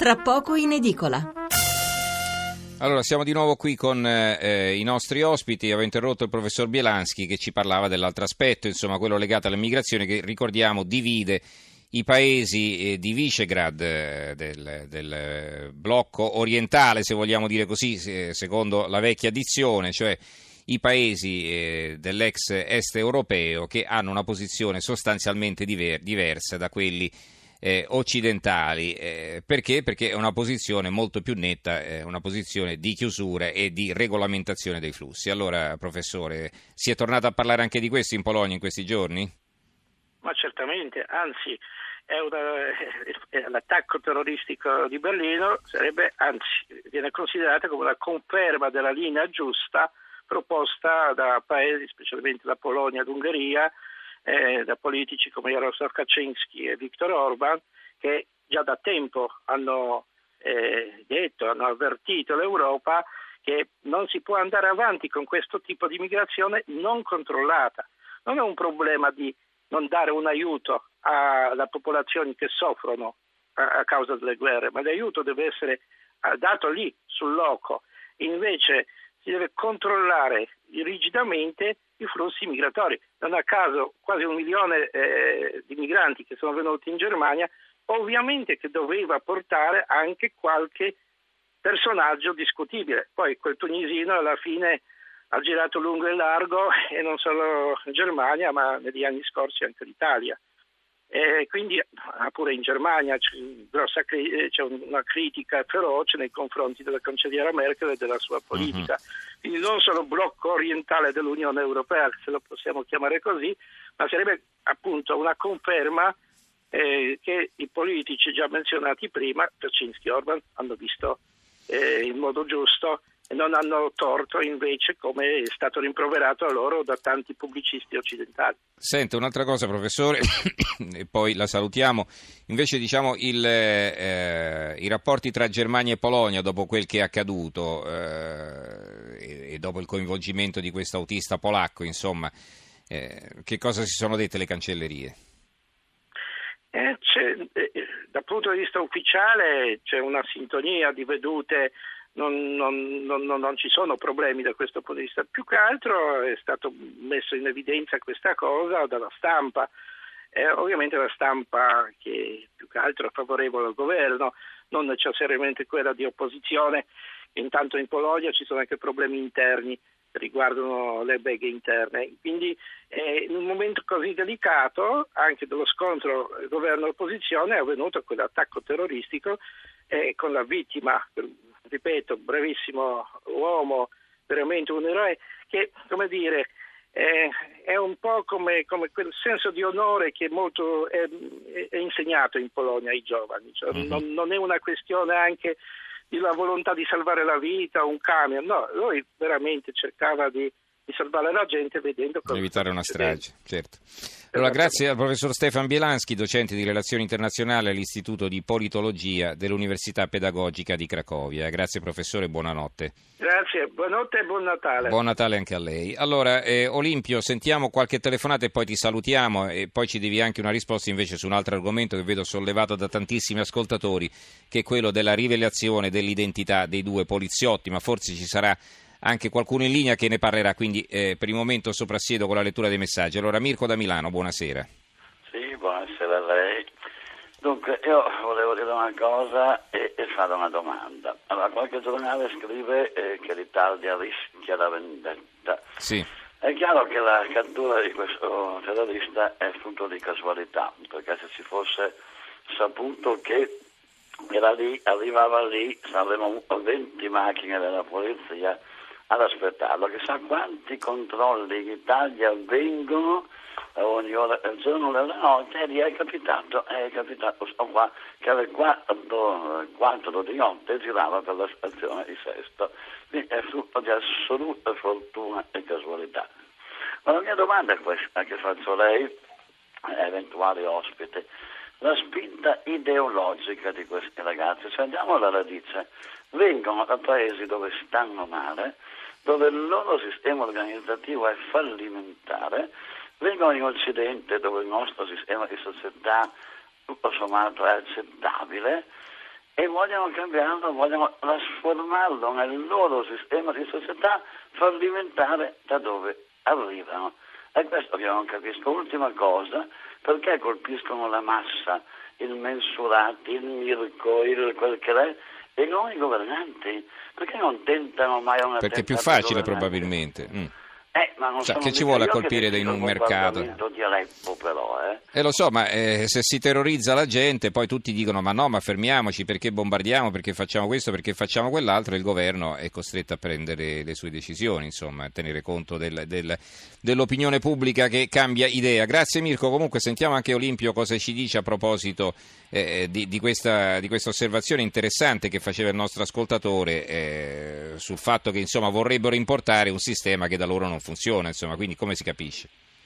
tra poco in edicola. Allora, siamo di nuovo qui con i nostri ospiti. Avevo interrotto il professor Bielanski che ci parlava dell'altro aspetto, insomma quello legato all'immigrazione, che ricordiamo divide i paesi di Visegrad, del blocco orientale, se vogliamo dire così, secondo la vecchia dizione, cioè i paesi dell'ex est europeo che hanno una posizione sostanzialmente diversa da quelli occidentali. Perché? Perché è una posizione molto più netta, una posizione di chiusura e di regolamentazione dei flussi. Allora, professore, si è tornato a parlare anche di questo in Polonia in questi giorni? Ma certamente, anzi, l'attacco terroristico di Berlino viene considerato come una conferma della linea giusta proposta da paesi, specialmente da Polonia ed Ungheria, da politici come Jarosław Kaczyński e Viktor Orban, che già da tempo hanno hanno avvertito l'Europa che non si può andare avanti con questo tipo di migrazione non controllata. Non è un problema di non dare un aiuto alle popolazioni che soffrono a causa delle guerre, ma l'aiuto deve essere dato lì, sul loco. Invece si deve controllare rigidamente i flussi migratori. Non a caso quasi 1 milione di migranti che sono venuti in Germania, ovviamente che doveva portare anche qualche personaggio discutibile. Poi quel tunisino alla fine ha girato lungo e largo, e non solo in Germania, ma negli anni scorsi anche l'Italia. Quindi pure in Germania c'è una critica feroce nei confronti della cancelliera Merkel e della sua politica. Quindi non solo blocco orientale dell'Unione Europea, se lo possiamo chiamare così, ma sarebbe appunto una conferma che i politici già menzionati prima, Kaczynski e Orban, hanno visto in modo giusto e non hanno torto invece, come è stato rimproverato a loro da tanti pubblicisti occidentali. Senta, un'altra cosa, professore, e poi la salutiamo. Invece, diciamo, i rapporti tra Germania e Polonia dopo quel che è accaduto e dopo il coinvolgimento di questo autista polacco, insomma, che cosa si sono dette le cancellerie? Dal punto di vista ufficiale c'è una sintonia di vedute. Non ci sono problemi da questo punto di vista. Più che altro è stato messo in evidenza questa cosa dalla stampa, ovviamente la stampa che più che altro è favorevole al governo, non necessariamente quella di opposizione. Intanto in Polonia ci sono anche problemi interni che riguardano le beghe interne, quindi in un momento così delicato anche dello scontro governo-opposizione è avvenuto quell'attacco terroristico con la vittima, ripeto, bravissimo uomo, veramente un eroe, che, come dire, è un po' come quel senso di onore che molto è insegnato in Polonia ai giovani. Cioè, non è una questione anche di la volontà di salvare la vita o un camion, no, lui veramente cercava di salvare la gente vedendo cosa evitare una strage, certo. Allora, grazie al professor Stefan Bielanski, docente di relazioni internazionali all'Istituto di Politologia dell'Università Pedagogica di Cracovia. Grazie professore, buonanotte. Grazie, buonanotte e buon Natale. Buon Natale anche a lei. Allora, Olimpio, sentiamo qualche telefonata e poi ti salutiamo, e poi ci devi anche una risposta invece su un altro argomento che vedo sollevato da tantissimi ascoltatori, che è quello della rivelazione dell'identità dei 2 poliziotti, ma forse ci sarà anche qualcuno in linea che ne parlerà, quindi per il momento soprassiedo con la lettura dei messaggi. Allora, Mirko da Milano, buonasera. Sì, buonasera a lei. Dunque, io volevo dire una cosa e fare una domanda. Allora, qualche giornale scrive che l'Italia rischia la vendetta. Sì. È chiaro che la cattura di questo terrorista è frutto di casualità, perché se si fosse saputo che era lì, arrivava lì, saremmo 20 macchine della polizia ad aspettarlo. Chissà quanti controlli in Italia avvengono ogni ora del giorno e della notte, e lì è capitato sto qua, che alle 4 di notte girava per la stazione di Sesto. Quindi è frutto di assoluta fortuna e casualità. Ma la mia domanda è questa, che faccio a lei e eventuali ospiti: la spinta ideologica di questi ragazzi, se andiamo alla radice, vengono da paesi dove stanno male, dove il loro sistema organizzativo è fallimentare, vengono in Occidente dove il nostro sistema di società tutto sommato è accettabile, e vogliono cambiarlo, vogliono trasformarlo nel loro sistema di società fallimentare da dove arrivano. È questo che io non capisco. Ultima cosa, perché colpiscono la massa, il Mensurati, il Mirko, quel che è, e non i governanti? Perché non tentano mai una Perché è più facile probabilmente. Ma non Sa, sono che ci vuole a io colpire che in un il mercato? bombardamento di Aleppo, però, Lo so, ma se si terrorizza la gente, poi tutti dicono ma no, ma fermiamoci, perché bombardiamo, perché facciamo questo, perché facciamo quell'altro, e il governo è costretto a prendere le sue decisioni, insomma, a tenere conto dell'opinione pubblica che cambia idea. Grazie Mirko, comunque sentiamo anche Olimpio cosa ci dice a proposito di questa osservazione interessante che faceva il nostro ascoltatore sul fatto che insomma vorrebbero importare un sistema che da loro non funziona, insomma, quindi come si capisce?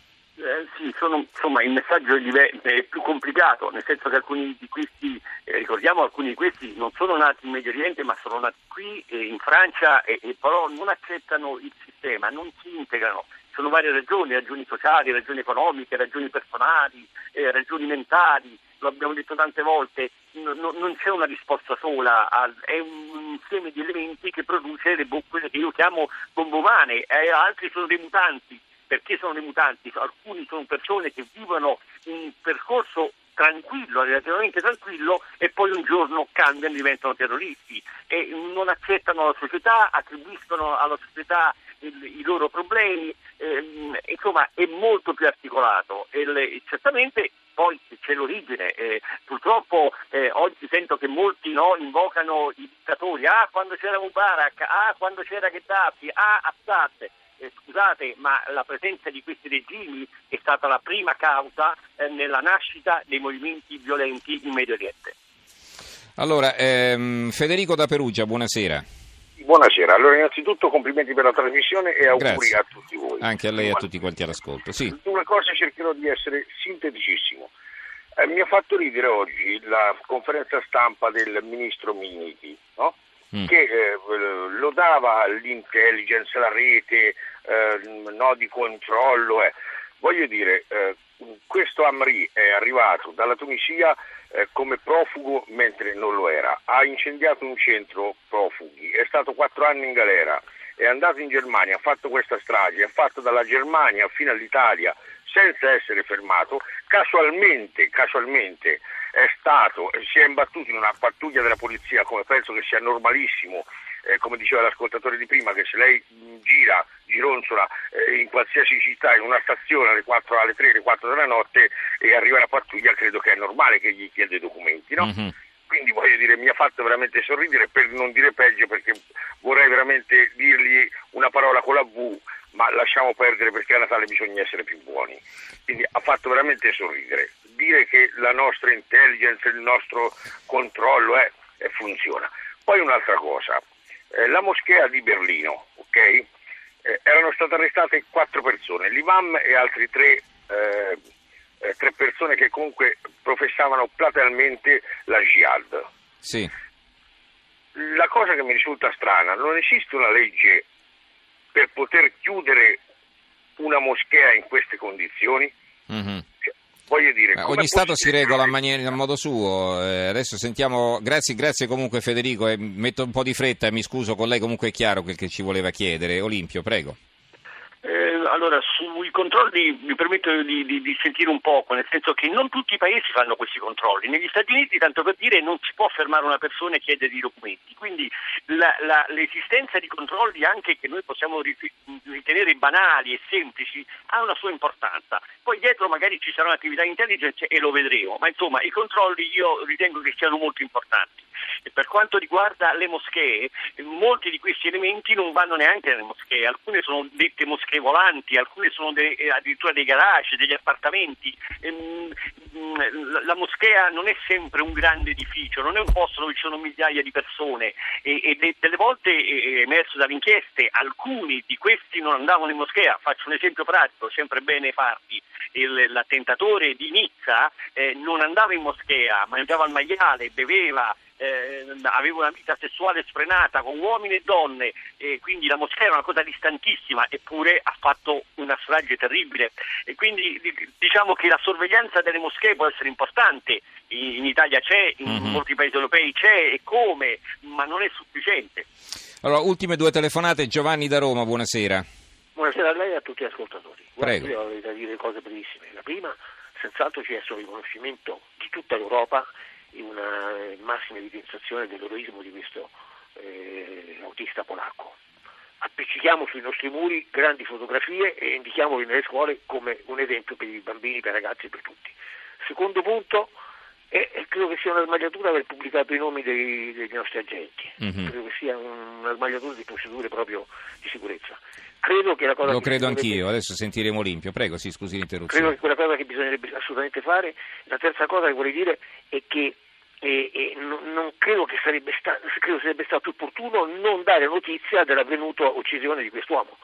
Sì, il messaggio è più complicato, nel senso che alcuni di questi, ricordiamo, alcuni di questi non sono nati in Medio Oriente, ma sono nati qui in Francia e però non accettano il sistema, non si integrano. Ci sono varie ragioni sociali, ragioni economiche, ragioni personali, ragioni mentali, lo abbiamo detto tante volte, non c'è una risposta sola, è un insieme di elementi che produce quelle che io chiamo bombe umane, altri sono dei mutanti. Perché sono dei mutanti? Alcuni sono persone che vivono un percorso tranquillo, relativamente tranquillo, e poi un giorno cambiano, diventano terroristi e non accettano la società, attribuiscono alla società i loro problemi, insomma è molto più articolato e certamente poi c'è l'origine. Purtroppo oggi sento che molti invocano i dittatori, quando c'era Mubarak, quando c'era Gheddafi, Assad. Scusate, ma la presenza di questi regimi è stata la prima causa nella nascita dei movimenti violenti in Medio Oriente. Allora, Federico da Perugia, buonasera. Buonasera, allora innanzitutto complimenti per la trasmissione e auguri Grazie. a tutti voi. Anche a lei e a tutti quanti all'ascolto. Sì. Due cose, cercherò di essere sinteticissimo. Mi ha fatto ridere oggi la conferenza stampa del ministro Minniti, no? Che lodava l'intelligence, la rete, di controllo. Voglio dire, questo Amri è arrivato dalla Tunisia come profugo mentre non lo era, ha incendiato un centro profughi, è stato 4 anni in galera, è andato in Germania, ha fatto questa strage, ha fatto dalla Germania fino all'Italia senza essere fermato, casualmente si è imbattuto in una pattuglia della polizia, come penso che sia normalissimo, come diceva l'ascoltatore di prima, che se lei gironzola in qualsiasi città, in una stazione alle 3, alle 4 della notte e arriva la pattuglia, credo che è normale che gli chieda i documenti, no? Mm-hmm. Quindi voglio dire, mi ha fatto veramente sorridere, per non dire peggio, perché vorrei veramente dirgli una parola con la V, ma lasciamo perdere perché a Natale bisogna essere più buoni. Quindi ha fatto veramente sorridere. Dire che la nostra intelligence, il nostro controllo funziona. Poi un'altra cosa, la moschea di Berlino, ok? Erano state arrestate 4 persone, l'imam e altri 3 persone che comunque professavano platealmente la jihad. Sì. La cosa che mi risulta strana, non esiste una legge per poter chiudere una moschea in queste condizioni? Mm-hmm. Voglio dire, ogni Stato si regola a modo suo. Adesso sentiamo, grazie comunque Federico, metto un po' di fretta e mi scuso con lei, comunque è chiaro quel che ci voleva chiedere. Olimpio, prego. Allora, sui controlli mi permetto di sentire un poco, nel senso che non tutti i paesi fanno questi controlli. Negli Stati Uniti, tanto per dire, non si può fermare una persona e chiedere i documenti, quindi l'esistenza di controlli, anche che noi possiamo ritenere banali e semplici, ha una sua importanza. Poi dietro magari ci sarà un'attività di intelligence e lo vedremo, ma insomma i controlli io ritengo che siano molto importanti. E per quanto riguarda le moschee, molti di questi elementi non vanno neanche nelle moschee, alcune sono dette moschee volanti, alcune sono addirittura dei garage, degli appartamenti. La moschea non è sempre un grande edificio, non è un posto dove ci sono migliaia di persone e delle volte è emerso dalle inchieste, alcuni di questi non andavano in moschea. Faccio un esempio pratico, sempre bene farli. L'attentatore di Nizza non andava in moschea, mangiava il maiale, beveva, aveva una vita sessuale sfrenata con uomini e donne, e quindi la moschea era una cosa distantissima, eppure ha fatto una strage terribile. E quindi diciamo che la sorveglianza delle moschee può essere importante, in Italia c'è, in molti paesi europei c'è, e come, ma non è sufficiente. Allora, ultime 2 telefonate. Giovanni da Roma, buonasera. Buonasera a lei e a tutti gli ascoltatori. Prego. Io avrei da dire cose brevissime. La prima, senz'altro ci è il riconoscimento di tutta l'Europa in una massima evidenziazione dell'eroismo di questo autista polacco. Appiccichiamo sui nostri muri grandi fotografie e indichiamoli nelle scuole come un esempio per i bambini, per i ragazzi e per tutti. Secondo punto, credo che sia una smagliatura aver pubblicato i nomi dei nostri agenti. Credo che sia una smagliatura di procedure proprio di sicurezza. Credo che la cosa Lo credo anch'io, adesso sentiremo Olimpio. Prego, sì, scusi l'interruzione. Credo che quella cosa che bisognerebbe assolutamente fare. La terza cosa che vorrei dire è che non credo che sarebbe stato più opportuno non dare notizia dell'avvenuta uccisione di quest'uomo.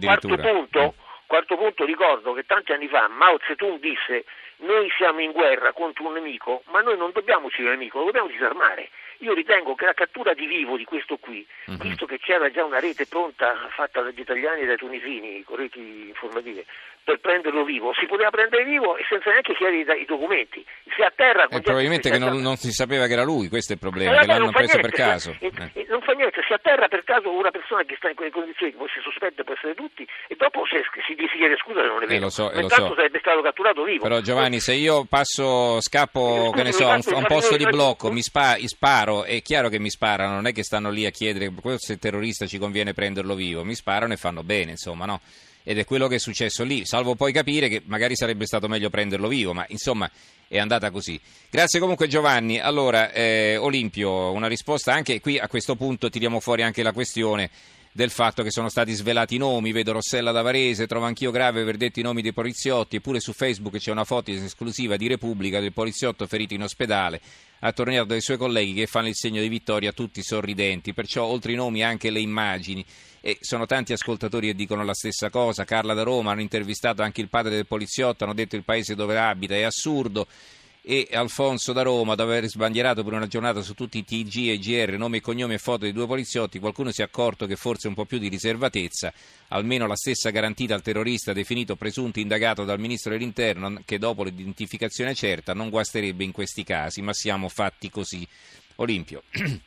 Quarto punto, ricordo che tanti anni fa Mao Zedong disse: noi siamo in guerra contro un nemico, ma noi non dobbiamo uccidere il nemico, lo dobbiamo disarmare. Io ritengo che la cattura di vivo di questo qui, visto che c'era già una rete pronta fatta dagli italiani e dai tunisini, con reti informative, per prenderlo vivo, si poteva prendere vivo e senza neanche chiedere i documenti. Se a terra probabilmente che non si sapeva che era lui, questo è il problema, che l'hanno preso per caso. Non fa niente, se a terra per caso una persona che sta in quelle condizioni, che può essere sospetta, può essere tutti, e dopo si chiede scusa che non è vero. Lo so. Sarebbe stato catturato vivo. Però Giovanni, se io scappo, che ne so, a un posto di blocco, mi sparo, è chiaro che mi sparano, non è che stanno lì a chiedere se il terrorista ci conviene prenderlo vivo, mi sparano e fanno bene, insomma, no? Ed è quello che è successo lì, salvo poi capire che magari sarebbe stato meglio prenderlo vivo, ma insomma è andata così. Grazie comunque Giovanni. Allora, Olimpio, una risposta anche qui a questo punto, tiriamo fuori anche la questione del fatto che sono stati svelati i nomi. Vedo Rossella da Varese, trovo anch'io grave aver detto i nomi dei poliziotti, eppure su Facebook c'è una foto esclusiva di Repubblica del poliziotto ferito in ospedale, attorniato dai suoi colleghi che fanno il segno di vittoria tutti sorridenti, perciò oltre i nomi anche le immagini. E sono tanti ascoltatori che dicono la stessa cosa. Carla da Roma, hanno intervistato anche il padre del poliziotto, hanno detto il paese dove abita è assurdo. E Alfonso da Roma, dopo aver sbandierato per una giornata su tutti i TG e i GR nomi e cognomi e foto dei 2 poliziotti, qualcuno si è accorto che forse un po' più di riservatezza, almeno la stessa garantita al terrorista definito presunto indagato dal ministro dell'interno, che dopo l'identificazione certa non guasterebbe in questi casi, ma siamo fatti così. Olimpio.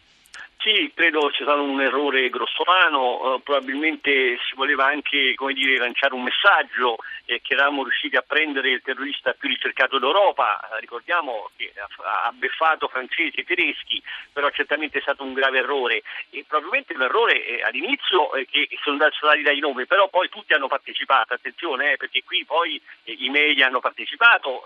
Sì, credo sia stato un errore grossolano, probabilmente si voleva anche, lanciare un messaggio che eravamo riusciti a prendere il terrorista più ricercato d'Europa. Ricordiamo che ha beffato francesi e tedeschi, però certamente è stato un grave errore, e probabilmente l'errore all'inizio che sono stati dai nomi, però poi tutti hanno partecipato, attenzione, perché qui poi i media hanno partecipato,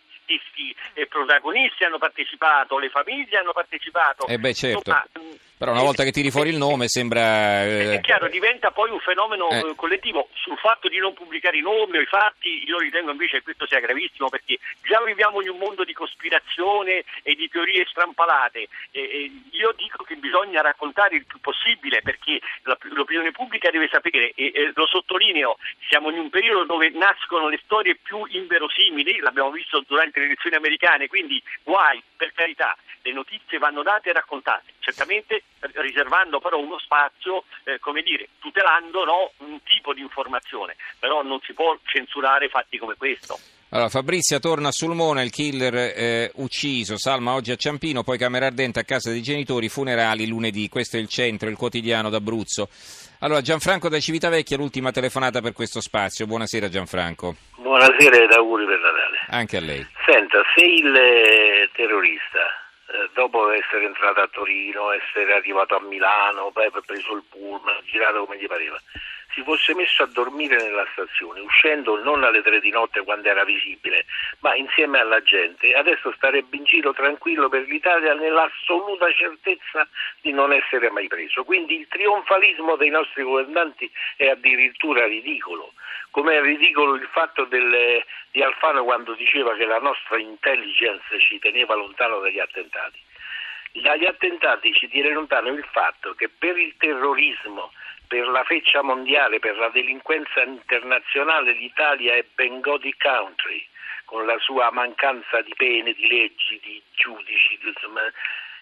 i protagonisti hanno partecipato, le famiglie hanno partecipato. Certo. Però una volta che tiri fuori il nome sembra... È chiaro, diventa poi un fenomeno collettivo. Sul fatto di non pubblicare i nomi o i fatti, io ritengo invece che questo sia gravissimo, perché già viviamo in un mondo di cospirazione e di teorie strampalate. Io dico che bisogna raccontare il più possibile, perché l'opinione pubblica deve sapere, e lo sottolineo, siamo in un periodo dove nascono le storie più inverosimili, l'abbiamo visto durante le elezioni americane, quindi guai, per carità, le notizie vanno date e raccontate, certamente riservando però uno spazio, tutelando un tipo di informazione, però non si può censurare fatti come questo. Allora, Fabrizia torna a Sulmona, il killer ucciso, salma oggi a Ciampino, poi camera ardente a casa dei genitori, funerali lunedì. Questo è il Centro, il quotidiano d'Abruzzo. Allora, Gianfranco da Civitavecchia, l'ultima telefonata per questo spazio. Buonasera Gianfranco. Buonasera ed auguri per Natale. Anche a lei. Senta, se il terrorista, dopo essere entrato a Torino, essere arrivato a Milano, poi preso il pullman, girato come gli pareva, si fosse messo a dormire nella stazione, uscendo non alle 3 di notte quando era visibile, ma insieme alla gente, adesso starebbe in giro tranquillo per l'Italia nell'assoluta certezza di non essere mai preso. Quindi il trionfalismo dei nostri governanti è addirittura ridicolo. Com'è ridicolo il fatto di Alfano quando diceva che la nostra intelligence ci teneva lontano dagli attentati. Dagli attentati ci tiene lontano il fatto che per il terrorismo, per la feccia mondiale, per la delinquenza internazionale, l'Italia è Bengodi country, con la sua mancanza di pene, di leggi, di giudici, insomma,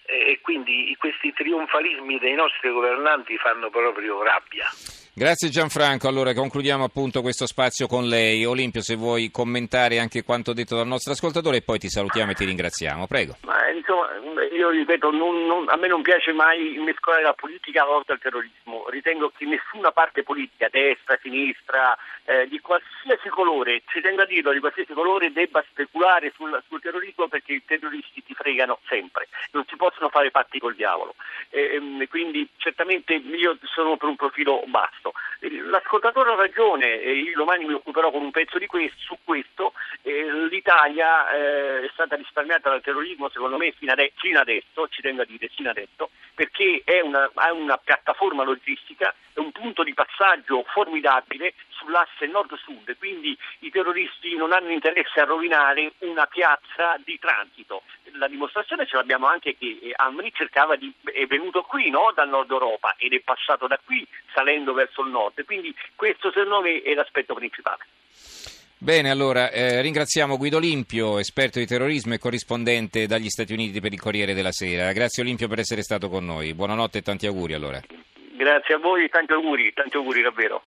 e quindi questi trionfalismi dei nostri governanti fanno proprio rabbia. Grazie Gianfranco, allora concludiamo appunto questo spazio con lei. Olimpio, se vuoi commentare anche quanto detto dal nostro ascoltatore e poi ti salutiamo e ti ringraziamo, prego. Ma insomma, io ripeto, a me non piace mai mescolare la politica a lotta al terrorismo. Ritengo che nessuna parte politica, destra, sinistra, di qualsiasi colore, ci tengo a dirlo, di qualsiasi colore, debba speculare sul terrorismo, perché i terroristi ti fregano sempre, non si possono fare patti col diavolo. Quindi certamente io sono per un profilo basso. L'ascoltatore ha ragione, io domani mi occuperò con un pezzo su questo. L'Italia è stata risparmiata dal terrorismo, secondo me, fino adesso, ci tengo a dire, fino adesso, perché ha una piattaforma logistica, è un punto di passaggio formidabile sull'asse nord-sud, quindi i terroristi non hanno interesse a rovinare una piazza di transito. La dimostrazione ce l'abbiamo anche che Amri è venuto qui, no? Dal nord Europa, ed è passato da qui salendo verso il nord, quindi questo secondo me è l'aspetto principale. Bene, allora ringraziamo Guido Olimpio, esperto di terrorismo e corrispondente dagli Stati Uniti per il Corriere della Sera. Grazie Olimpio per essere stato con noi, buonanotte e tanti auguri allora. Grazie a voi, tanti auguri davvero.